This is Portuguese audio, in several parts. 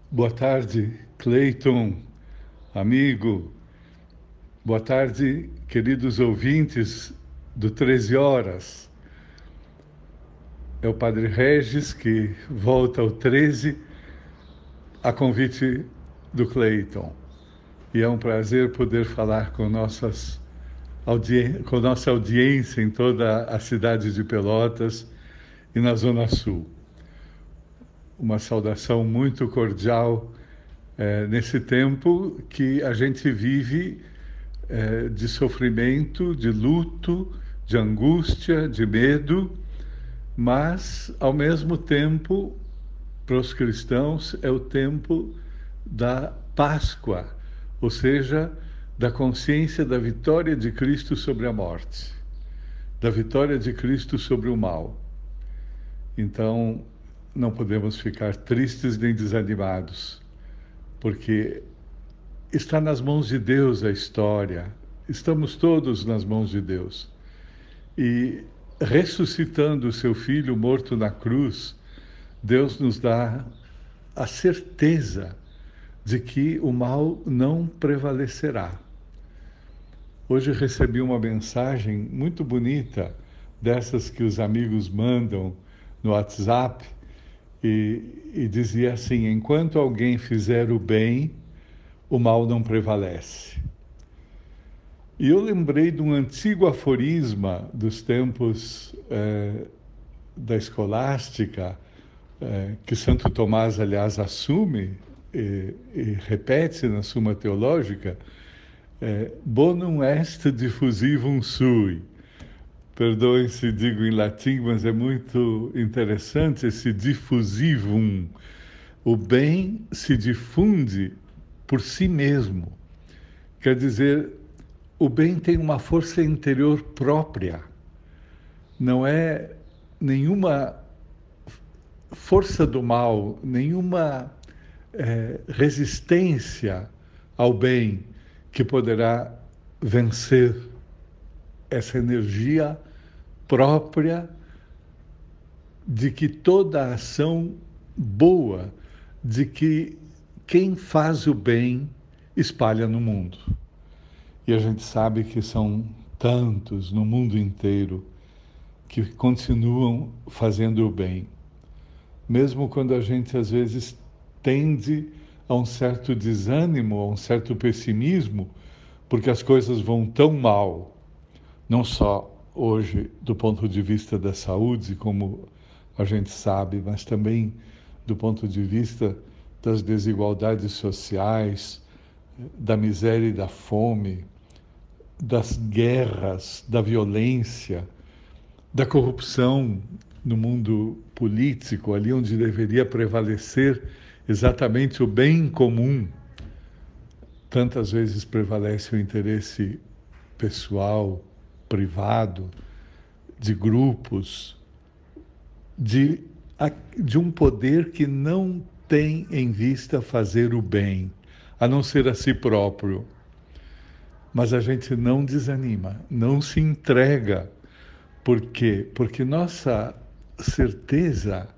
Boa tarde, Cleiton, amigo. Boa tarde, queridos ouvintes do 13 Horas. É o Padre Regis que volta ao 13 a convite do Cleiton. E é um prazer poder falar com com nossa audiência em toda a cidade de Pelotas e na Zona Sul. Uma saudação muito cordial nesse tempo que a gente vive de sofrimento, de luto, de angústia, de medo, mas, ao mesmo tempo, para os cristãos, é o tempo da Páscoa, ou seja, da consciência da vitória de Cristo sobre a morte, da vitória de Cristo sobre o mal. Então, não podemos ficar tristes nem desanimados, porque está nas mãos de Deus a história. Estamos todos nas mãos de Deus. E ressuscitando o seu filho morto na cruz, Deus nos dá a certeza de que o mal não prevalecerá. Hoje recebi uma mensagem muito bonita, dessas que os amigos mandam no WhatsApp, e dizia assim: enquanto alguém fizer o bem, o mal não prevalece. E eu lembrei de um antigo aforisma dos tempos da escolástica, que Santo Tomás, aliás, assume e repete na Suma Teológica, bonum est diffusivum sui. Perdoem se digo em latim, mas é muito interessante esse diffusivum. O bem se difunde por si mesmo. Quer dizer, o bem tem uma força interior própria. Não é nenhuma força do mal, nenhuma resistência ao bem que poderá vencer essa energia própria de que toda ação boa, de que quem faz o bem espalha no mundo. E a gente sabe que são tantos no mundo inteiro que continuam fazendo o bem. Mesmo quando a gente às vezes tende a um certo desânimo, a um certo pessimismo, porque as coisas vão tão mal, não só hoje do ponto de vista da saúde, como a gente sabe, mas também do ponto de vista das desigualdades sociais, da miséria e da fome, das guerras, da violência, da corrupção no mundo político, ali onde deveria prevalecer exatamente o bem comum. Tantas vezes prevalece o interesse pessoal, privado, de grupos, de, de um poder que não tem em vista fazer o bem, a não ser a si próprio. Mas a gente não desanima, não se entrega. Por quê? Porque nossa certeza,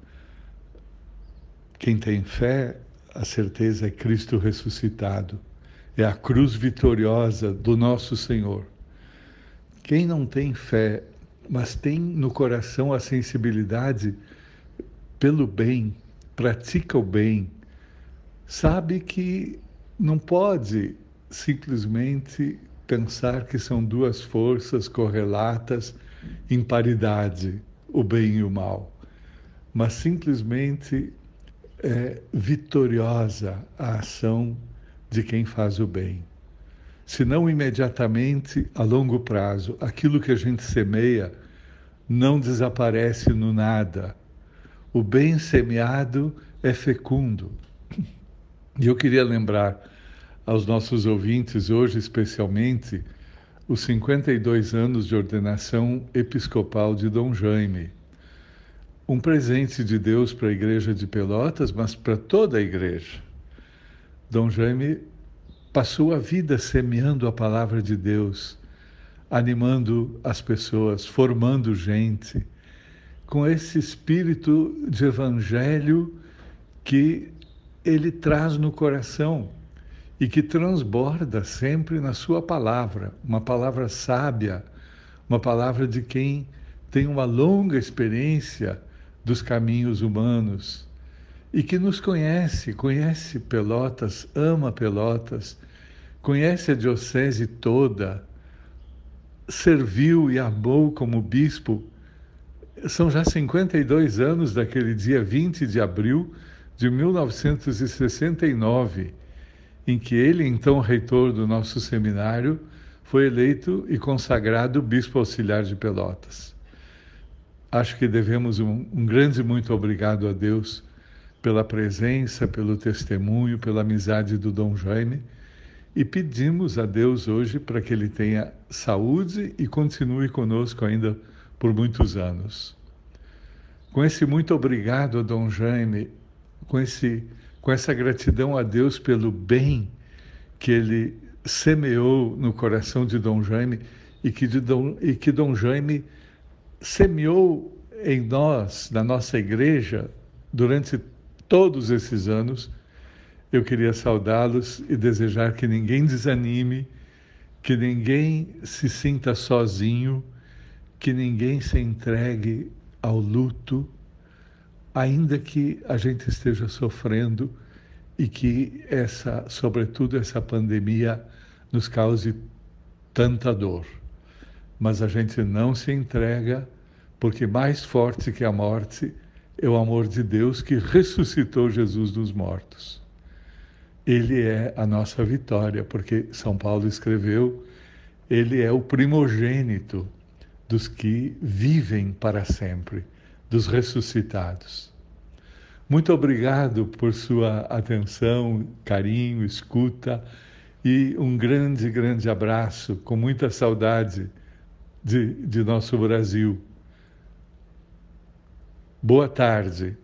quem tem fé, a certeza é Cristo ressuscitado, é a cruz vitoriosa do nosso Senhor. Quem não tem fé, mas tem no coração a sensibilidade pelo bem, pratica o bem, sabe que não pode simplesmente pensar que são duas forças correlatas em paridade, o bem e o mal, mas simplesmente é vitoriosa a ação de quem faz o bem. Se não imediatamente, a longo prazo, aquilo que a gente semeia não desaparece no nada. O bem semeado é fecundo. E eu queria lembrar aos nossos ouvintes, hoje especialmente, os 52 anos de ordenação episcopal de Dom Jaime. Um presente de Deus para a Igreja de Pelotas, mas para toda a Igreja. Dom Jaime passou a vida semeando a palavra de Deus, animando as pessoas, formando gente, com esse espírito de evangelho que ele traz no coração e que transborda sempre na sua palavra, uma palavra sábia, uma palavra de quem tem uma longa experiência dos caminhos humanos e que nos conhece, conhece Pelotas, ama Pelotas, conhece a diocese toda, serviu e amou como bispo. São já 52 anos daquele dia 20 de abril de 1969, em que ele, então reitor do nosso seminário, foi eleito e consagrado bispo auxiliar de Pelotas. Acho que devemos um grande muito obrigado a Deus pela presença, pelo testemunho, pela amizade do Dom Jaime, e pedimos a Deus hoje para que ele tenha saúde e continue conosco ainda por muitos anos. Com esse muito obrigado a Dom Jaime, com essa gratidão a Deus pelo bem que ele semeou no coração de Dom Jaime e que Dom Jaime semeou em nós, na nossa igreja, durante todos esses anos, eu queria saudá-los e desejar que ninguém desanime, que ninguém se sinta sozinho, que ninguém se entregue ao luto, ainda que a gente esteja sofrendo e que sobretudo essa pandemia nos cause tanta dor. Mas a gente não se entrega, porque mais forte que a morte é o amor de Deus que ressuscitou Jesus dos mortos. Ele é a nossa vitória, porque São Paulo escreveu, ele é o primogênito dos que vivem para sempre, dos ressuscitados. Muito obrigado por sua atenção, carinho, escuta e um grande, grande abraço, com muita saudade de nosso Brasil. Boa tarde.